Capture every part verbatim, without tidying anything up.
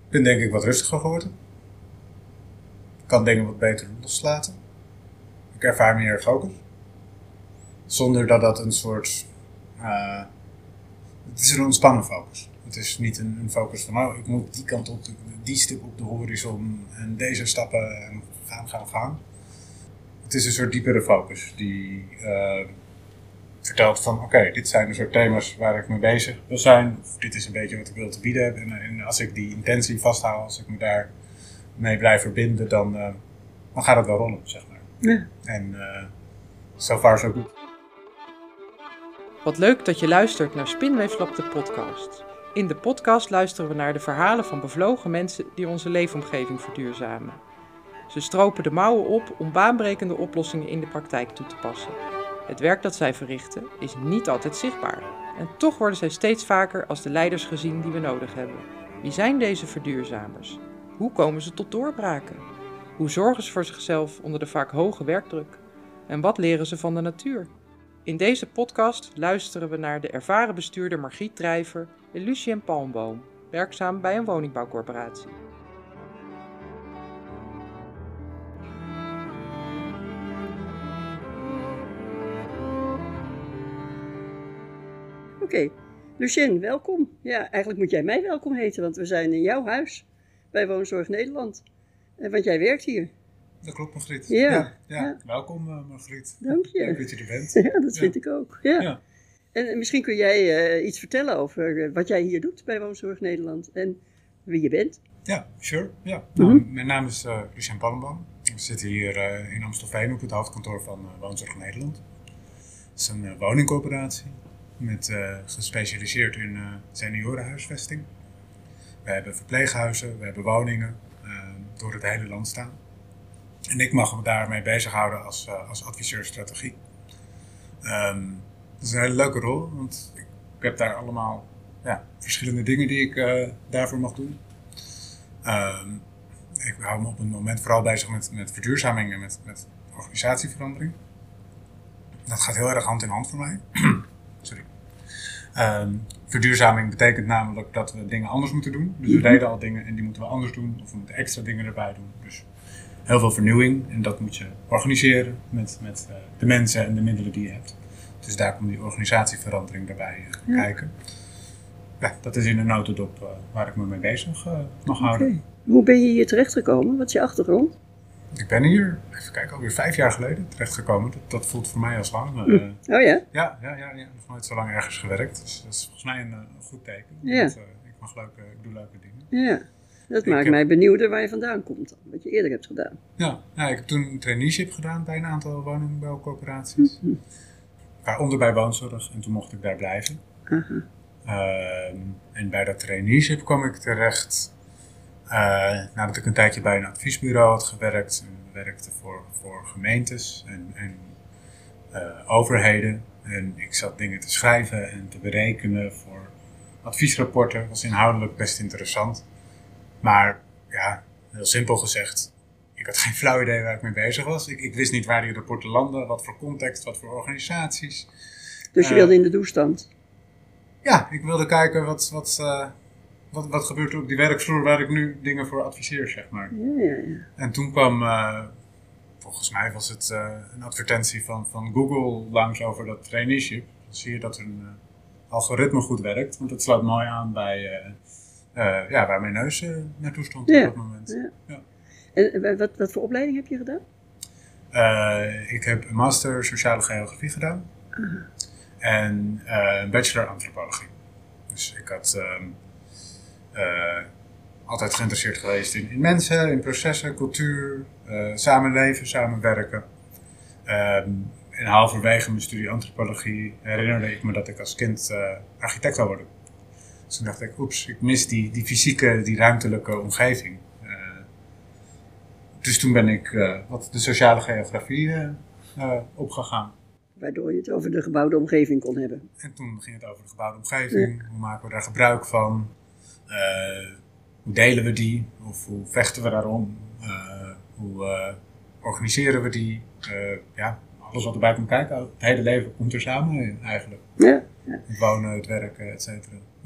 Ik ben denk ik wat rustiger geworden. Ik kan dingen wat beter loslaten. Ik ervaar meer focus. Zonder dat dat een soort... Uh, het is een ontspannen focus. Het is niet een, een focus van, oh, ik moet die kant op, die stip op de horizon en deze stappen en gaan, gaan, gaan. Het is een soort diepere focus die uh, vertelt van, oké, okay, dit zijn een soort thema's waar ik mee bezig wil zijn. Of dit is een beetje wat ik wil te bieden heb. En, en als ik die intentie vasthoud, als ik me daar mee blijf verbinden, dan, uh, dan gaat het wel rollen, zeg maar. Ja. En uh, so far so good. Wat leuk dat je luistert naar Spinweefslab de podcast. In de podcast luisteren we naar de verhalen van bevlogen mensen die onze leefomgeving verduurzamen. Ze stropen de mouwen op om baanbrekende oplossingen in de praktijk toe te passen. Het werk dat zij verrichten is niet altijd zichtbaar. En toch worden zij steeds vaker als de leiders gezien die we nodig hebben. Wie zijn deze verduurzamers? Hoe komen ze tot doorbraken? Hoe zorgen ze voor zichzelf onder de vaak hoge werkdruk? En wat leren ze van de natuur? In deze podcast luisteren we naar de ervaren bestuurder Margriet Drijver en Lucien Palmboom, werkzaam bij een woningbouwcorporatie. Oké, okay. Lucien, welkom. Ja, eigenlijk moet jij mij welkom heten, want we zijn in jouw huis bij Woonzorg Nederland. En want jij werkt hier. Dat klopt, Margriet. Ja. Ja, ja. Ja. Welkom, uh, Margriet. Dank je. Leuk dat je er bent. Ja, dat ja. vind ik ook. Ja. Ja. En misschien kun jij uh, iets vertellen over uh, wat jij hier doet bij Woonzorg Nederland en wie je bent. Ja, sure. Ja. Nou, Mm-hmm. Mijn naam is uh, Lucien Palmboom. We zitten hier uh, in Amstelveen op het hoofdkantoor van uh, Woonzorg Nederland. Het is een uh, woningcorporatie met uh, gespecialiseerd in uh, seniorenhuisvesting. We hebben verpleeghuizen, we hebben woningen uh, door het hele land staan. En ik mag me daarmee bezighouden als, uh, als adviseur strategie. Um, dat is een hele leuke rol, want ik, ik heb daar allemaal ja, verschillende dingen die ik uh, daarvoor mag doen. Um, ik hou me op een moment vooral bezig met, met verduurzaming en met, met organisatieverandering. Dat gaat heel erg hand in hand voor mij. Sorry. Um, verduurzaming betekent namelijk dat we dingen anders moeten doen. Dus we deden al dingen en die moeten we anders doen. Of we moeten extra dingen erbij doen. Dus heel veel vernieuwing en dat moet je organiseren met, met uh, de mensen en de middelen die je hebt. Dus daar komt die organisatieverandering daarbij uh, Ja. kijken. Ja, dat is in een notendop uh, waar ik me mee bezig uh, mag Oké. houden. Hoe ben je hier terechtgekomen? Wat is je achtergrond? Ik ben hier, even kijken, alweer vijf jaar geleden terechtgekomen. Dat, dat voelt voor mij als lang. Uh, Hm. Oh ja? ja, ja, ja, ja, nog nooit zo lang ergens gewerkt. Dus dat is volgens mij een, een goed teken. Ja. Want, uh, ik mag leuke, ik doe leuke dingen. Ja. Dat Ik maakt heb- mij benieuwd waar je vandaan komt dan. Wat je eerder hebt gedaan. Ja, nou, ik heb toen een traineeship gedaan bij een aantal woningbouwcorporaties. Hm. Waaronder bij woonzorg en toen mocht ik daar blijven. Aha. Ehm, en bij dat traineeship kwam ik terecht uh, nadat ik een tijdje bij een adviesbureau had gewerkt. En werkte voor, voor gemeentes en, en uh, overheden. En ik zat dingen te schrijven en te berekenen voor adviesrapporten. Dat was inhoudelijk best interessant. Maar ja, heel simpel gezegd, ik had geen flauw idee waar ik mee bezig was. Ik, ik wist niet waar die rapporten landden, wat voor context, wat voor organisaties. Dus je Uh, wilde in de toestand. Ja, ik wilde kijken wat, wat, uh, wat, wat gebeurt er op die werkvloer waar ik nu dingen voor adviseer, zeg maar. Ja, ja, ja. En toen kwam, uh, volgens mij was het uh, een advertentie van, van Google langs over dat traineeship. Dan zie je dat een uh, algoritme goed werkt, want het sluit mooi aan bij uh, uh, ja, waar mijn neus uh, naartoe stond Ja, op dat moment. ja. Ja. En eh, wat, wat voor opleiding heb je gedaan? Uh, ik heb een master sociale geografie gedaan en uh, een bachelor antropologie. Dus ik had um, uh, altijd geïnteresseerd geweest in, in mensen, in processen, cultuur, uh, samenleven, samenwerken. Um, en halverwege mijn studie antropologie herinnerde ik me dat ik als kind uh, architect zou worden. Dus toen dacht ik, oeps, ik mis die, die fysieke, die ruimtelijke omgeving. Uh, dus toen ben ik uh, wat de sociale geografie uh, uh, opgegaan. Waardoor je het over de gebouwde omgeving kon hebben. En toen ging het over de gebouwde omgeving. Hoe maken we daar gebruik van? Uh, hoe delen we die? Of hoe vechten we daarom? Uh, hoe uh, organiseren we die? Uh, ja, alles wat erbij komt kijken. Het hele leven komt er samen in, eigenlijk. Ja. Ja. Het wonen, het werken, et cetera. Ja.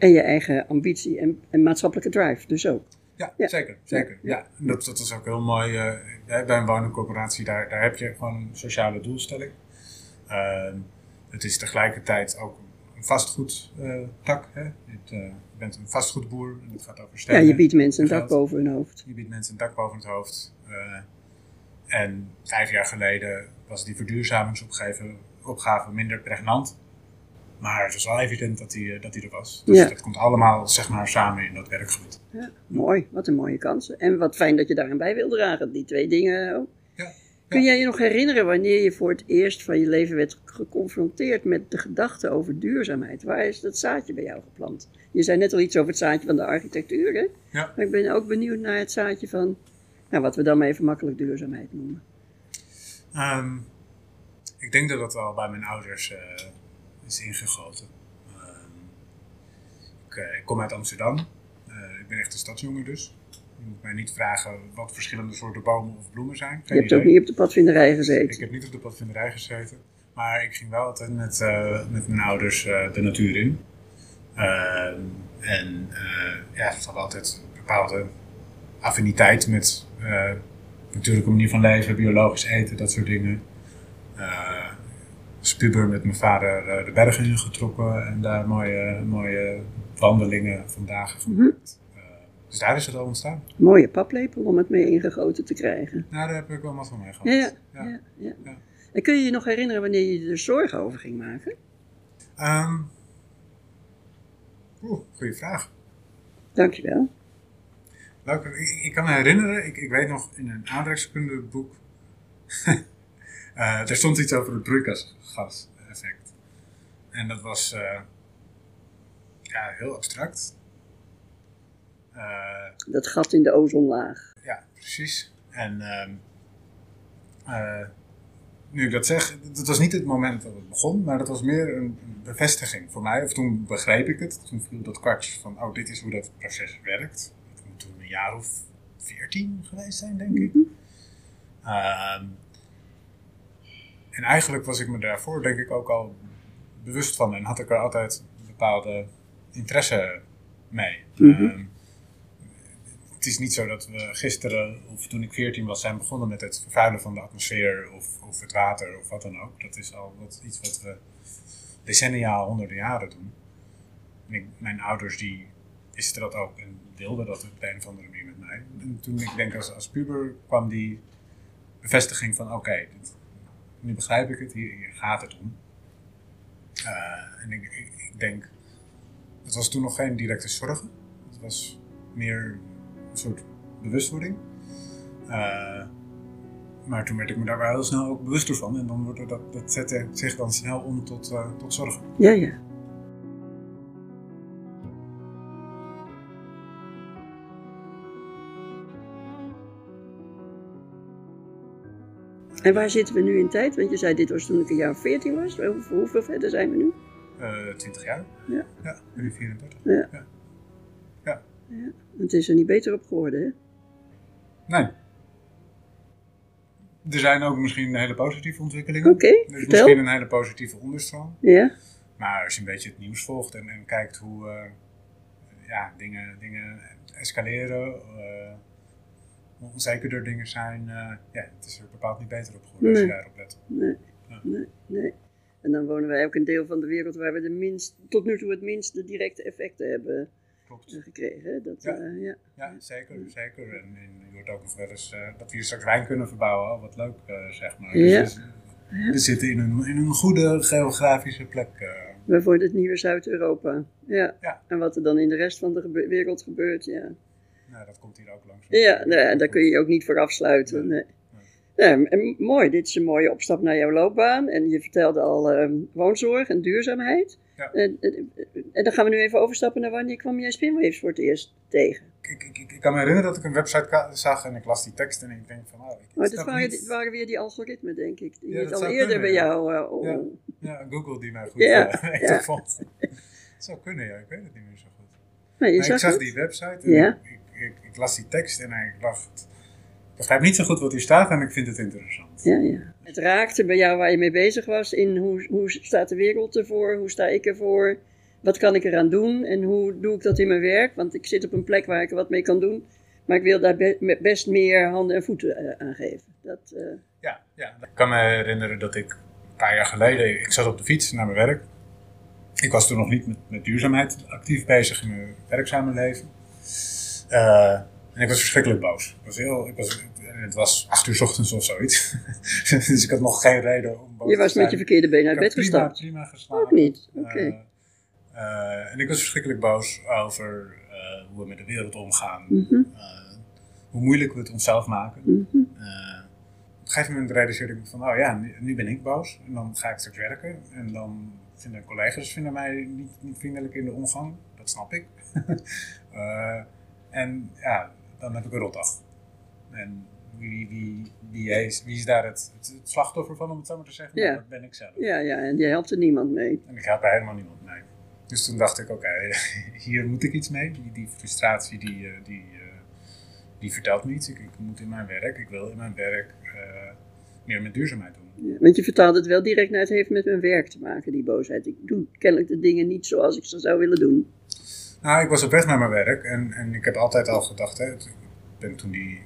En je eigen ambitie en, en maatschappelijke drive dus ook. Ja, Ja. zeker. zeker. Ja. Ja. En dat, dat is ook heel mooi. eh, bij een woningcorporatie, daar, daar heb je gewoon een sociale doelstelling. Ehm, het is tegelijkertijd ook een vastgoedtak. Hè? Je, hebt, eh, je bent een vastgoedboer en het gaat over Ja, stenen. je biedt mensen een en dak geld. boven hun hoofd. Je biedt mensen een dak boven het hoofd. Eh, en vijf jaar geleden was die verduurzamingsopgave opgave minder pregnant. Maar het was wel evident dat die, eh, dat die er was. Dus Ja. dat komt allemaal zeg maar, samen in dat werkgebied. Ja, mooi, wat een mooie kansen. En wat fijn dat je daaraan bij wil dragen, die twee dingen ook. Ja. Kun jij je nog herinneren wanneer je voor het eerst van je leven werd geconfronteerd met de gedachte over duurzaamheid? Waar is dat zaadje bij jou geplant? Je zei net al iets over het zaadje van de architectuur, hè? Ja. Maar ik ben ook benieuwd naar het zaadje van, nou, wat we dan maar even makkelijk duurzaamheid noemen. Ehm, ik denk dat dat al bij mijn ouders eh, is ingegoten. Ehm, ik, eh, ik kom uit Amsterdam. Eh, ik ben echt een stadsjongen dus. Je moet mij niet vragen wat verschillende soorten bomen of bloemen zijn. Je Geen hebt ook idee. niet op de padvinderij gezeten. Ik heb niet op de padvinderij gezeten. Maar ik ging wel altijd met, eh, met mijn ouders eh, de natuur in. Ehm, en uh, ja, ze hadden altijd een bepaalde affiniteit met uh, natuurlijke manier van leven, biologisch eten, dat soort dingen. Uh, als puber met mijn vader uh, de bergen ingetrokken en daar mooie, mooie wandelingen vandaag gemaakt. Mm-hmm. Uh, dus daar is het al ontstaan. Mooie paplepel om het mee ingegoten te krijgen. Nou, daar heb ik wel wat van mee gehad. Ja, ja, Ja. ja, ja. Ja. En kun je je nog herinneren wanneer je je er zorgen over ging maken? Um, Oeh, goede vraag. Dankjewel. Nou, ik, ik kan me herinneren, ik, ik weet nog in een aardrijkskundeboek, uh, er stond iets over het broeikasgaseffect. En dat was uh, ja, heel abstract. Uh, Dat gat in de ozonlaag. ja, precies. En uh, uh, nu ik dat zeg, dat was niet het moment dat het begon, maar dat was meer een bevestiging voor mij. Of toen begreep ik het, toen viel dat kwartje van, oh, dit is hoe dat proces werkt. Ik moet toen een jaar of veertien geweest zijn, denk ik. Mm-hmm. Uh, en eigenlijk was ik me daarvoor, denk ik, ook al bewust van en had ik er altijd een bepaalde interesse mee. Mm-hmm. Uh, Het is niet zo dat we gisteren, of toen ik veertien was, zijn begonnen met het vervuilen van de atmosfeer of, of het water of wat dan ook. Dat is al wat, iets wat we decennia, honderden jaren doen. En ik, mijn ouders die wisten dat ook en deelden dat op de een of andere manier met mij. En toen ik denk als, als puber kwam die bevestiging van oké, okay, nu begrijp ik het, hier, hier gaat het om. Uh, en ik, ik, ik denk, het was toen nog geen directe zorgen. Het was meer een soort bewustwording. Uh, maar toen werd ik me daar wel heel snel ook bewuster van. En dan wordt er dat, dat zette zich dan snel om tot, uh, tot zorgen. Ja, ja. En waar zitten we nu in tijd? Want je zei dit was toen ik een jaar of veertien was. Hoeveel, hoeveel verder zijn we nu? Uh, twintig jaar. Ja. Ja, nu vierendertig. Ja. Ja. Ja. Ja. Het is er niet beter op geworden, hè? Nee. Er zijn ook misschien hele positieve ontwikkelingen. Oké, okay, er is vertel. misschien een hele positieve onderstroom. Ja. Maar als je een beetje het nieuws volgt en, en kijkt hoe uh, ja, dingen, dingen escaleren, uh, onzekerder dingen zijn, uh, ja, het is er bepaald niet beter op geworden Nee. als je daarop let. Nee. Ja. nee, nee. En dan wonen wij ook in een deel van de wereld waar we de minst, tot nu toe het minste directe effecten hebben Klopt. gekregen. Hè? Dat, Ja. uh, ja. Ja, zeker, zeker. En, en je hoort ook nog wel eens uh, dat we hier straks wijn kunnen verbouwen. Oh, wat leuk, uh, zeg maar. Ja. Dus, uh, we zitten in een, in een goede geografische plek. Uh. We worden het nieuwe Zuid-Europa. Ja. Ja. En wat er dan in de rest van de gebe- wereld gebeurt, ja. Nou, dat komt hier ook langs. Ja, nou, daar kun je je ook niet voor afsluiten. Nee. Ja, en mooi, dit is een mooie opstap naar jouw loopbaan. En je vertelde al um, woonzorg en duurzaamheid. Ja. En, en, en dan gaan we nu even overstappen naar wanneer kwam jij Spinwaves voor het eerst tegen? Ik, ik, ik, ik kan me herinneren dat ik een website ka- zag en ik las die tekst en ik denk van, oh, ik Maar snap dat waren, niet. die, waren weer die algoritmen, denk ik. Die Ja, het dat al zou eerder kunnen, bij ja. jou... Uh, oh. Ja. Ja, Google die mij goed Ja, uh, heeft ja. gevolgd. Het zou kunnen, ja, ik weet het niet meer zo goed. Nee, je Maar zag ik zag het? die website en Ja. ik, ik, ik, ik las die tekst en ik dacht, ik begrijp niet zo goed wat hier staat en ik vind het interessant. Ja, ja. Het raakte bij jou waar je mee bezig was in hoe, hoe staat de wereld ervoor, hoe sta ik ervoor, wat kan ik eraan doen en hoe doe ik dat in mijn werk? Want ik zit op een plek waar ik er wat mee kan doen. Maar ik wil daar be- best meer handen en voeten uh, aan geven. Dat, uh... ja, ja, ik kan me herinneren dat ik een paar jaar geleden, ik zat op de fiets naar mijn werk. Ik was toen nog niet met, met duurzaamheid actief bezig in mijn werkzame leven. Uh, en ik was verschrikkelijk boos. Ik was heel, ik was, het was acht uur 's ochtends of zoiets. Dus ik had nog geen reden om boos je was te zijn. met je verkeerde been uit bed prima, gestapt? Prima geslapen. Ook niet? Oké. Okay. Uh, uh, en ik was verschrikkelijk boos over uh, hoe we met de wereld omgaan. Mm-hmm. Uh, hoe moeilijk we het onszelf maken. Mm-hmm. Uh, op een gegeven moment realiseerde ik me van, oh ja, nu, nu ben ik boos. En dan ga ik straks werken. En dan vinden collega's vinden mij niet, niet vriendelijk in de omgang. Dat snap ik. uh, en ja, dan heb ik een rotdag. En wie, wie, wie, is, wie is daar het, het, het slachtoffer van, om het zo maar te zeggen? Ja. Nou, dat ben ik zelf. Ja, ja, en je helpt er niemand mee. En ik help er helemaal niemand mee. Dus toen dacht ik, oké, okay, hier moet ik iets mee. Die, die frustratie, die, die, die vertelt me iets. Ik, ik moet in mijn werk, ik wil in mijn werk uh, meer met duurzaamheid doen. Ja, want je vertaalt het wel direct naar het heeft met mijn werk te maken, die boosheid. Ik doe kennelijk de dingen niet zoals ik ze zou willen doen. Nou, ik was op weg naar mijn werk en, en ik heb altijd al gedacht, hè, ik ben toen die...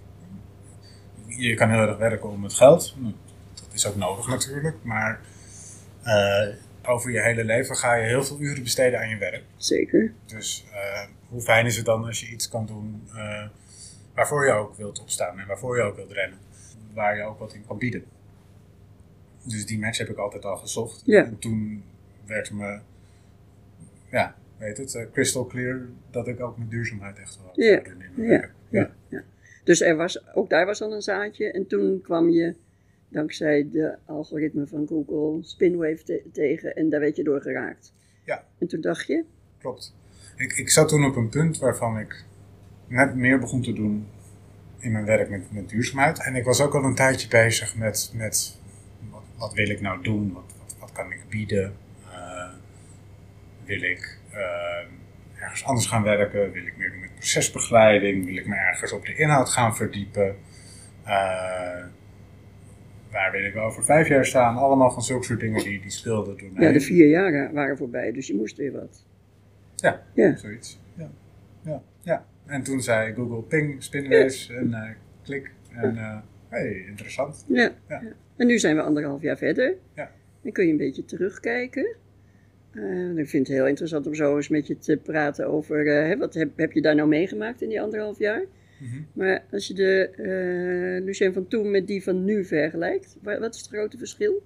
Je kan heel erg werken om het geld. Dat is ook nodig natuurlijk, maar uh, over je hele leven ga je heel veel uren besteden aan je werk. Zeker. Dus uh, hoe fijn is het dan als je iets kan doen uh, waarvoor je ook wilt opstaan en waarvoor je ook wilt rennen. Waar je ook wat in kan bieden. Dus die match heb ik altijd al gezocht. Ja. En toen werd me, ja, weet het, uh, crystal clear dat ik ook met duurzaamheid echt wel ja. zou doen in mijn ja. werk. Ja. Ja. Ja. Dus er was, ook daar was al een zaadje en toen kwam je dankzij de algoritme van Google Spinwave te- tegen en daar werd je door geraakt. Ja. En toen dacht je? Klopt. Ik, ik zat toen op een punt waarvan ik net meer begon te doen in mijn werk met, met duurzaamheid. En ik was ook al een tijdje bezig met, met wat, wat wil ik nou doen, wat, wat, wat kan ik bieden. Uh, wil ik uh, ergens anders gaan werken, wil ik meer doen met procesbegeleiding, wil ik me ergens op de inhoud gaan verdiepen. Uh, waar wil ik over vijf jaar staan? Allemaal van zulke soort dingen die, die speelden door mij. Ja, de vier jaar waren voorbij, dus je moest weer wat. Ja, ja. zoiets. Ja. Ja. Ja. En toen zei Google ping, Spinwaves ja. en uh, klik. En uh, hey, interessant. Ja. Ja. Ja. En nu zijn we anderhalf jaar verder. Ja. Dan kun je een beetje terugkijken. Uh, ik vind het heel interessant om zo eens met je te praten over, uh, hè, wat heb, heb je daar nou meegemaakt in die anderhalf jaar? Mm-hmm. Maar als je de uh, Lucien van toen met die van nu vergelijkt, wat is het grote verschil?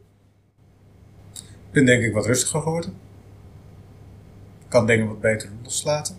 Ik ben denk ik wat rustiger geworden. Ik kan dingen wat beter loslaten.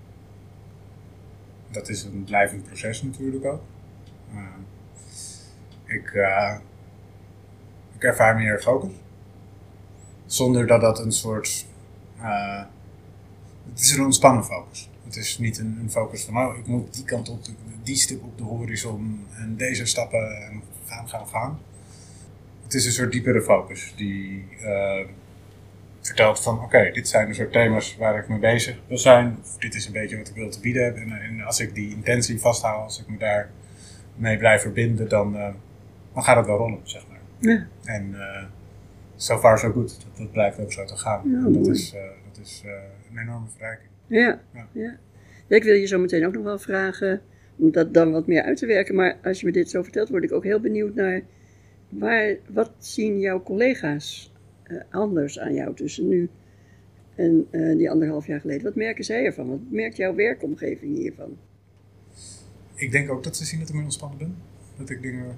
Dat is een blijvend proces natuurlijk ook. Uh, ik, uh, ik ervaar meer focus. Zonder dat dat een soort... Uh, het is een ontspannen focus. Het is niet een, een focus van, oh, ik moet die kant op, die stip op de horizon en deze stappen en gaan, gaan, gaan. Het is een soort diepere focus die uh, vertelt van, oké, okay, dit zijn een soort thema's waar ik mee bezig wil zijn. Of dit is een beetje wat ik wil te bieden. En, en als ik die intentie vasthoud, als ik me daar mee blijf verbinden, dan, uh, dan gaat het wel rollen, zeg maar. Ja. En uh, so far so good. Dat, dat blijkt ook zo te gaan. Ja, en dat mooi. is, uh, dat is uh, een enorme verrijking. Ja, ja. ja. ja, ik wil je zo meteen ook nog wel vragen om dat dan wat meer uit te werken. Maar als je me dit zo vertelt, word ik ook heel benieuwd naar waar, wat zien jouw collega's uh, anders aan jou tussen nu en uh, die anderhalf jaar geleden? Wat merken zij ervan? Wat merkt jouw werkomgeving hiervan? Ik denk ook dat ze zien dat ik meer ontspannen ben. Dat ik dingen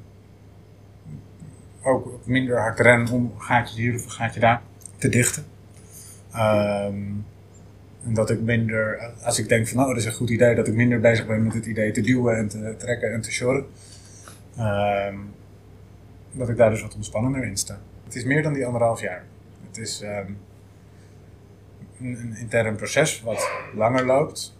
ook minder hard ren om een gaatje hier of een gaatje daar te dichten. Um, en dat ik minder, als ik denk van nou, dat is een goed idee, dat ik minder bezig ben met het idee te duwen en te trekken en te sjorren. Um, dat ik daar dus wat ontspannender in sta. Het is meer dan die anderhalf jaar. Het is um, een, een intern proces wat langer loopt.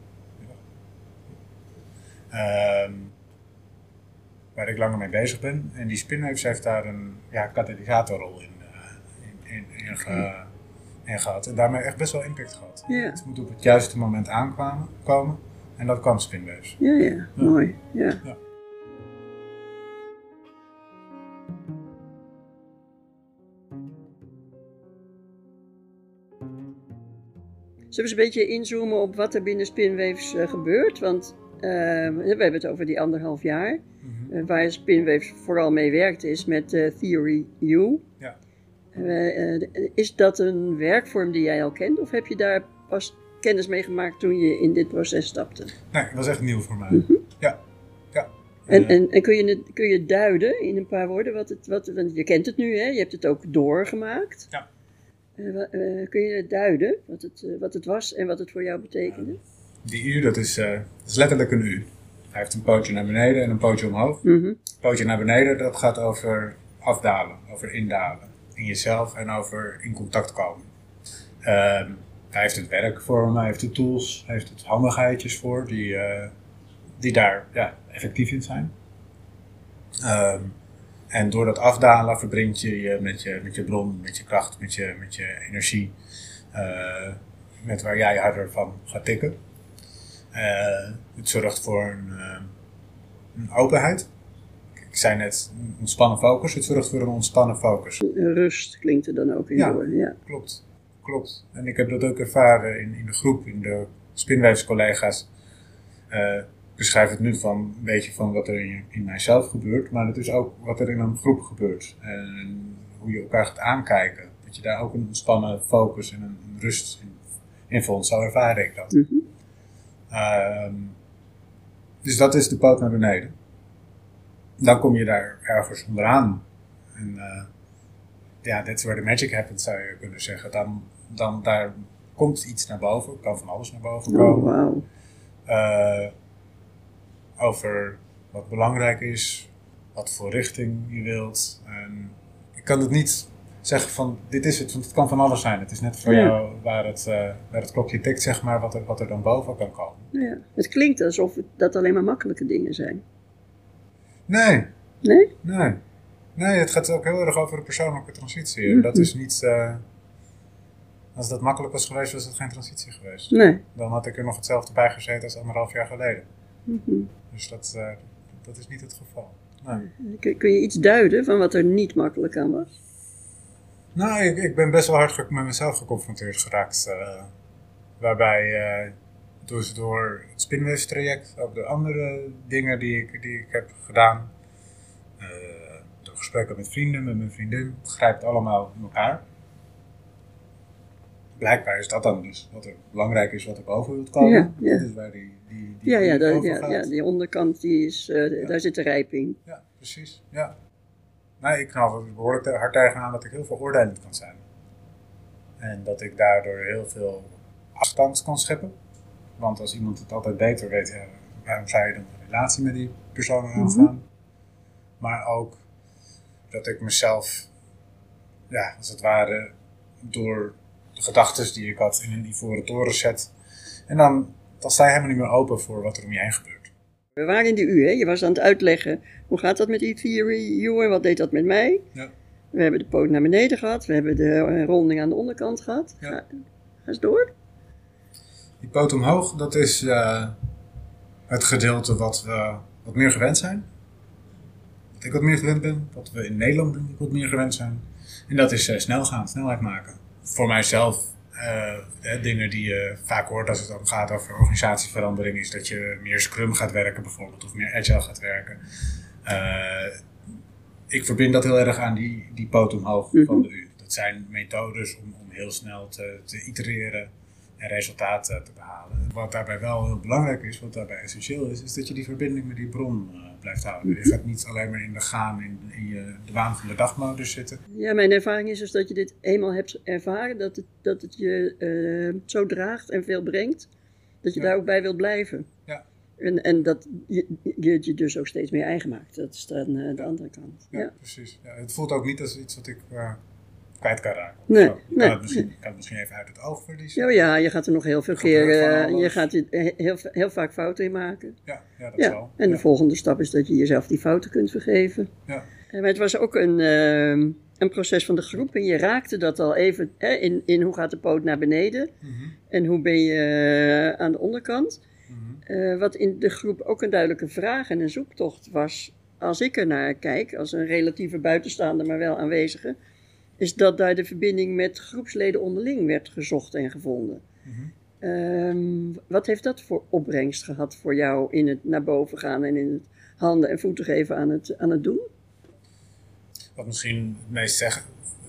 Um, waar ik langer mee bezig ben. En die Spinwaves heeft daar een ja, katalysatorrol in, uh, in, in, in, ge, in gehad. En daarmee echt best wel impact gehad. Ja. Het moet op het juiste moment aankomen. Komen, en dat kwam Spinwaves. Ja, ja, ja. Mooi. Ja. Ja. we eens een beetje inzoomen op wat er binnen Spinwaves uh, gebeurt? Want uh, we hebben het over die anderhalf jaar. Mm-hmm. Uh, waar Spinwaves vooral mee werkt is met uh, Theory U. Ja. Uh, uh, is dat een werkvorm die jij al kent? Of heb je daar pas kennis mee gemaakt toen je in dit proces stapte? Nee, dat was echt nieuw voor mij. Mm-hmm. Ja. ja. En, uh, en, en kun, je het, kun je duiden in een paar woorden? Wat het, wat, want je kent het nu, hè? Je hebt het ook doorgemaakt. Ja. Uh, uh, kun je het duiden, wat het, uh, wat het was en wat het voor jou betekende? Uh, die U, dat is, uh, dat is letterlijk een U. Hij heeft een pootje naar beneden en een pootje omhoog. Mm-hmm. Het pootje naar beneden, dat gaat over afdalen, over indalen. In jezelf en over in contact komen. Uh, hij heeft het werk voor me, hij heeft de tools, hij heeft het handigheidjes voor die, uh, die daar ja, effectief in zijn. Uh, en door dat afdalen verbindt je je met je, met je bron, met je kracht, met je, met je energie. Uh, met waar jij harder van gaat tikken. Uh, het zorgt voor een, uh, een openheid. Ik zei net, een ontspannen focus. Het zorgt voor een ontspannen focus. Rust klinkt er dan ook in ja, door. Ja, klopt. klopt. En ik heb dat ook ervaren in, in de groep, in de Spinwaves collega's. Uh, ik beschrijf het nu van een beetje van wat er in, in mijzelf gebeurt, maar het is ook wat er in een groep gebeurt. En hoe je elkaar gaat aankijken. Dat je daar ook een ontspannen focus en een, een rust in, in vond. Zo ervaar ik dat. mm-hmm. Uh, dus dat is de poot naar beneden. Dan kom je daar ergens onderaan. En uh, ja, that's where the magic happens, zou je kunnen zeggen. Dan, dan daar komt iets naar boven. Kan van alles naar boven komen. Oh, wow. Uh, over wat belangrijk is. Wat voor richting je wilt. En ik kan het niet zeggen van dit is het. Want het kan van alles zijn. Het is net voor ja. jou waar het, uh, waar het klokje tikt, zeg maar. Wat er, wat er dan boven kan komen. Ja. Het klinkt alsof het, dat alleen maar makkelijke dingen zijn. Nee. Nee? Nee. Nee, het gaat ook heel erg over de persoonlijke transitie. Mm-hmm. Dat is niet... Uh, als dat makkelijk was geweest, was het geen transitie geweest. Nee. Dan had ik er nog hetzelfde bij gezeten als anderhalf jaar geleden. Mm-hmm. Dus dat, uh, dat is niet het geval. Nee. Kun, kun je iets duiden van wat er niet makkelijk aan was? Nou, ik, ik ben best wel hard ge- met mezelf geconfronteerd geraakt. Uh, waarbij uh, dus door het Spinwaves traject, ook de andere dingen die ik, die ik heb gedaan... Uh, door gesprekken met vrienden, met mijn vriendin, het grijpt allemaal in elkaar. Blijkbaar is dat dan dus wat er belangrijk is, wat er boven wil komen. Ja, ja. Dat is waar die, die, die Ja, ja, die dat, ja, ja, die onderkant, die is, uh, ja. daar zit de rijping. Ja, precies. Ja. Nee, ik knal er behoorlijk hard tegenaan dat ik heel veel oordelend kan zijn. En dat ik daardoor heel veel afstand kan scheppen. Want als iemand het altijd beter weet, ja, waarom zou je dan een relatie met die persoon aangaan? Mm-hmm. Maar ook dat ik mezelf, ja, als het ware, door de gedachten die ik had in een ivoren toren zet. En dan, dan sta je helemaal niet meer open voor wat er om je heen gebeurt. We waren in de U, hè? Je was aan het uitleggen, hoe gaat dat met die Theory U en wat deed dat met mij? Ja. We hebben de poot naar beneden gehad, we hebben de ronding aan de onderkant gehad. Ja. Ga, ga eens door. Die poot omhoog, dat is uh, het gedeelte wat we wat meer gewend zijn. Wat ik wat meer gewend ben, wat we in Nederland denk ik wat meer gewend zijn. En dat is uh, snel gaan, snelheid maken. Voor mijzelf, uh, eh, dingen die je vaak hoort als het dan gaat over organisatieverandering, is dat je meer Scrum gaat werken bijvoorbeeld, of meer Agile gaat werken. Uh, ik verbind dat heel erg aan die, die poot omhoog mm-hmm. van de U. Dat zijn methodes om, om heel snel te, te itereren en resultaten te behalen. Wat daarbij wel heel belangrijk is, wat daarbij essentieel is, is dat je die verbinding met die bron uh, blijft houden. Mm-hmm. Je gaat niet alleen maar in de gaan, in, in je, de waan van de dagmodus zitten. Ja, mijn ervaring is dus dat je dit eenmaal hebt ervaren, dat het, dat het je uh, zo draagt en veel brengt, dat je ja. daar ook bij wilt blijven. Ja. En, en dat je, je het je dus ook steeds meer eigen maakt. Dat is dan uh, de ja. andere kant. Ja, ja. precies. Ja, het voelt ook niet als iets wat ik uh, kwijt kan raken. Nee, Zo, ik nee, kan, het misschien, nee. kan het misschien even uit het oog verliezen. Ja, ja, je gaat er nog heel veel keer, uh, je gaat er heel, heel vaak fouten in maken. Ja, ja dat ja. wel. En de ja. volgende stap is dat je jezelf die fouten kunt vergeven. Ja. En, maar het was ook een, uh, een proces van de groep en je raakte dat al even hè, in, in hoe gaat de poot naar beneden Mm-hmm. en hoe ben je uh, aan de onderkant. Uh, wat in de groep ook een duidelijke vraag en een zoektocht was, als ik er naar kijk, als een relatieve buitenstaander, maar wel aanwezige, is dat daar de verbinding met groepsleden onderling werd gezocht en gevonden. Mm-hmm. Um, wat heeft dat voor opbrengst gehad voor jou in het naar boven gaan en in het handen en voeten geven aan het, aan het doen? Wat misschien het meest zeg,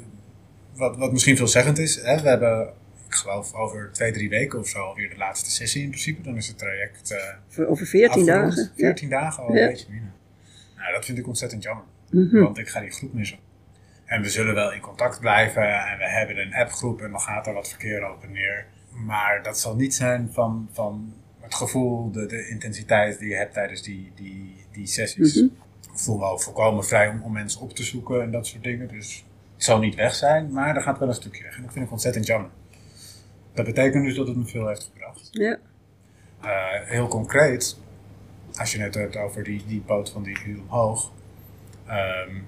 wat, wat misschien veelzeggend is, hè, we hebben, ik geloof over twee, drie weken of zo alweer de laatste sessie in principe. Dan is het traject uh, voor over veertien dagen. veertien ja. dagen al ja. een beetje minder. Nou, dat vind ik ontzettend jammer, mm-hmm. want ik ga die groep missen. En we zullen wel in contact blijven en we hebben een appgroep en dan gaat er wat verkeer op en neer. Maar dat zal niet zijn van, van het gevoel, de, de intensiteit die je hebt tijdens die, die, die sessies. Mm-hmm. Ik voel me ook volkomen vrij om, om mensen op te zoeken en dat soort dingen. Dus het zal niet weg zijn, maar er gaat wel een stukje weg. En dat vind ik ontzettend jammer. Dat betekent dus dat het me veel heeft gebracht. Ja. Uh, heel concreet, als je het hebt over die, die poot van die uur omhoog. Um,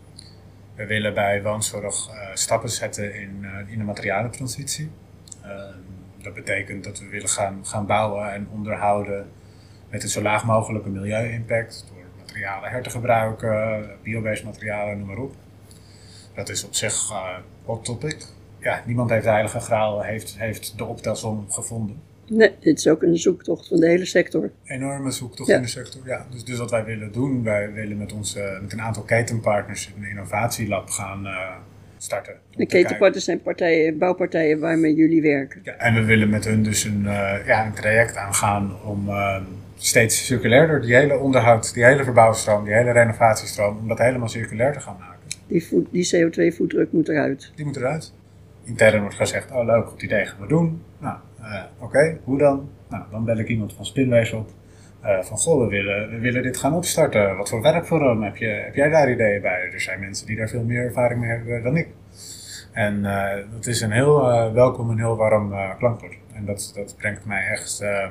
we willen bij woonzorg uh, stappen zetten in, uh, in de materialentransitie. Uh, dat betekent dat we willen gaan, gaan bouwen en onderhouden met een zo laag mogelijke milieu-impact. Door materialen her te gebruiken, biobased materialen, noem maar op. Dat is op zich uh, hot topic. Ja, niemand heeft de heilige graal, heeft, heeft de optelsom gevonden. Nee, dit is ook een zoektocht van de hele sector. Enorme zoektocht ja. in de sector, ja. Dus, dus wat wij willen doen, wij willen met, ons, uh, met een aantal ketenpartners een innovatielab gaan uh, starten. De ketenpartners zijn partijen, bouwpartijen waarmee jullie werken. Ja, en we willen met hun dus een, uh, ja, een traject aangaan om uh, steeds circulairder die hele onderhoud, die hele verbouwstroom, die hele renovatiestroom, om dat helemaal circulair te gaan maken. Die, voet, die C O twee voetdruk moet eruit. Die moet eruit. Intern wordt gezegd, oh leuk, goed idee, gaan we doen. Nou, uh, oké, okay, hoe dan? Nou, dan bel ik iemand van Spinweef op. Uh, van, goh, we willen, we willen dit gaan opstarten. Wat voor werkvorm heb, je, heb jij daar ideeën bij? Er zijn mensen die daar veel meer ervaring mee hebben dan ik. En uh, dat is een heel uh, welkom en heel warm uh, klankwoord. En dat, dat brengt mij echt uh,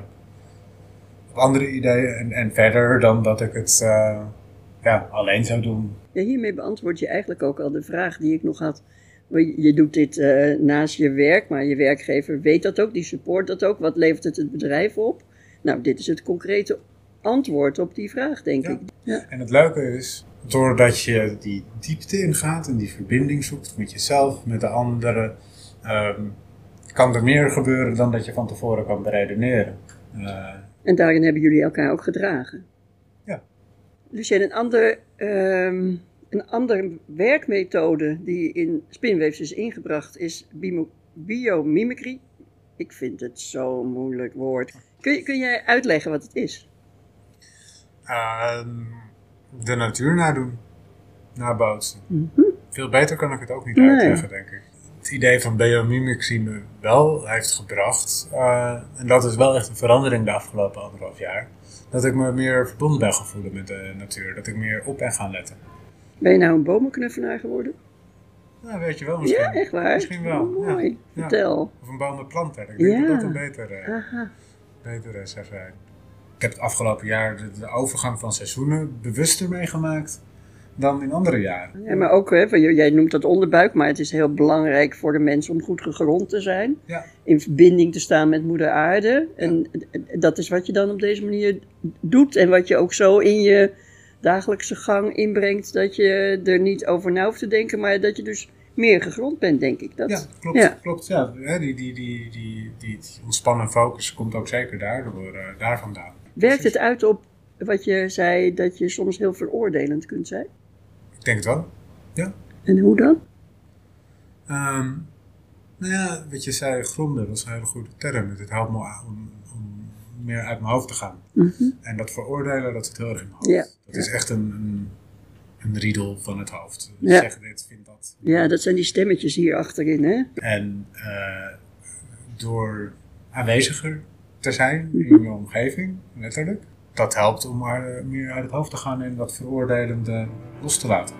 op andere ideeën. En, en verder dan dat ik het uh, ja, alleen zou doen. Ja, hiermee beantwoord je eigenlijk ook al de vraag die ik nog had. Je doet dit uh, naast je werk, maar je werkgever weet dat ook, die support dat ook. Wat levert het het bedrijf op? Nou, dit is het concrete antwoord op die vraag, denk ja. ik. Ja. En het leuke is, doordat je die diepte ingaat en die verbinding zoekt met jezelf, met de anderen, um, kan er meer gebeuren dan dat je van tevoren kan beredeneren. Uh, en daarin hebben jullie elkaar ook gedragen. Ja. Lucien, een ander... Um, Een andere werkmethode die in Spinweefs is ingebracht is biomimicry. Ik vind het zo'n moeilijk woord. Kun, je, kun jij uitleggen wat het is? Uh, de natuur nadoen. Nabootsen. Mm-hmm. Veel beter kan ik het ook niet Nee. uitleggen, denk ik. Het idee van biomimicry me wel heeft gebracht. Uh, en dat is wel echt een verandering de afgelopen anderhalf jaar. Dat ik me meer verbonden ben gevoelen met de natuur. Dat ik meer op ben gaan letten. Ben je nou een bomenknuffelaar geworden? Nou, weet je wel misschien. Ja, echt waar? Misschien wel. Oh, mooi, ja. vertel. Of een bomenplanter. Ik denk ja. dat dat een betere, Aha. betere zou zijn. Ik heb het afgelopen jaar de, de overgang van seizoenen bewuster meegemaakt dan in andere jaren. Ja, maar ook, hè, jij noemt dat onderbuik, maar het is heel belangrijk voor de mens om goed gegrond te zijn. Ja. In verbinding te staan met moeder aarde. En ja. dat is wat je dan op deze manier doet. En wat je ook zo in je dagelijkse gang inbrengt, dat je er niet over na hoeft te denken, maar dat je dus meer gegrond bent, denk ik. Dat, ja, klopt. Ja. klopt ja. Die, die, die, die, die, die ontspannen focus komt ook zeker daardoor, uh, daar vandaan. Werkt het uit op wat je zei, dat je soms heel veroordelend kunt zijn? Ik denk het wel, ja. En hoe dan? Um, nou ja, wat je zei, gronden, dat is een hele goede term. Het helpt me om, om meer uit mijn hoofd te gaan. Mm-hmm. En dat veroordelen, dat zit heel erg in mijn hoofd. Ja. Dat is echt een, een, een riedel van het hoofd. Ja. Zeg dit, vind dat. Ja, dat zijn die stemmetjes hier achterin, hè? En uh, door aanweziger te zijn Mm-hmm. in je omgeving, letterlijk, dat helpt om maar meer uit het hoofd te gaan en dat veroordelende los te laten.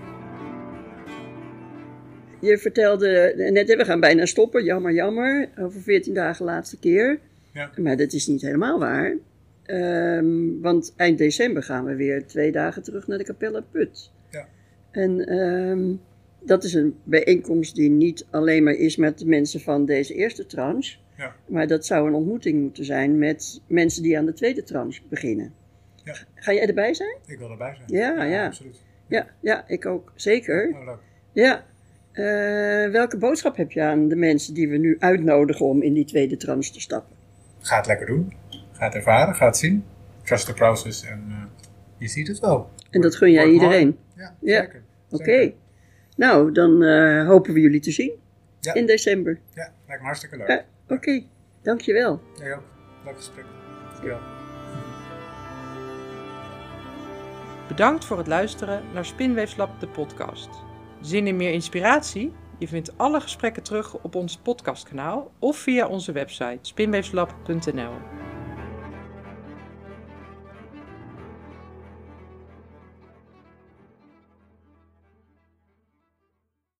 Je vertelde net, we gaan bijna stoppen, jammer, jammer, over veertien dagen laatste keer. Ja. Maar dat is niet helemaal waar. Um, want eind december gaan we weer twee dagen terug naar de Capella Put. Ja. En um, dat is een bijeenkomst die niet alleen maar is met de mensen van deze eerste tranche. Ja. Maar dat zou een ontmoeting moeten zijn met mensen die aan de tweede tranche beginnen. Ja. Ga jij erbij zijn? Ik wil erbij zijn. Ja, ja. ja. Absoluut. Ja, ja, ik ook. Zeker. Oh, leuk. Ja. Uh, welke boodschap heb je aan de mensen die we nu uitnodigen om in die tweede tranche te stappen? ga het lekker doen. Ga het ervaren, ga het zien. Trust the process en uh, je ziet het wel. En dat gun jij iedereen? Ja, ja. zeker. Oké. Okay. Nou, dan uh, hopen we jullie te zien ja. in december. Ja, lijkt me hartstikke leuk. Uh, Oké, okay. Dankjewel. Jij ook. Leuk gesprek. Dankjewel. Bedankt voor het luisteren naar Spinweefslab, de podcast. Zin in meer inspiratie? Je vindt alle gesprekken terug op ons podcastkanaal of via onze website spinweefslab punt n l.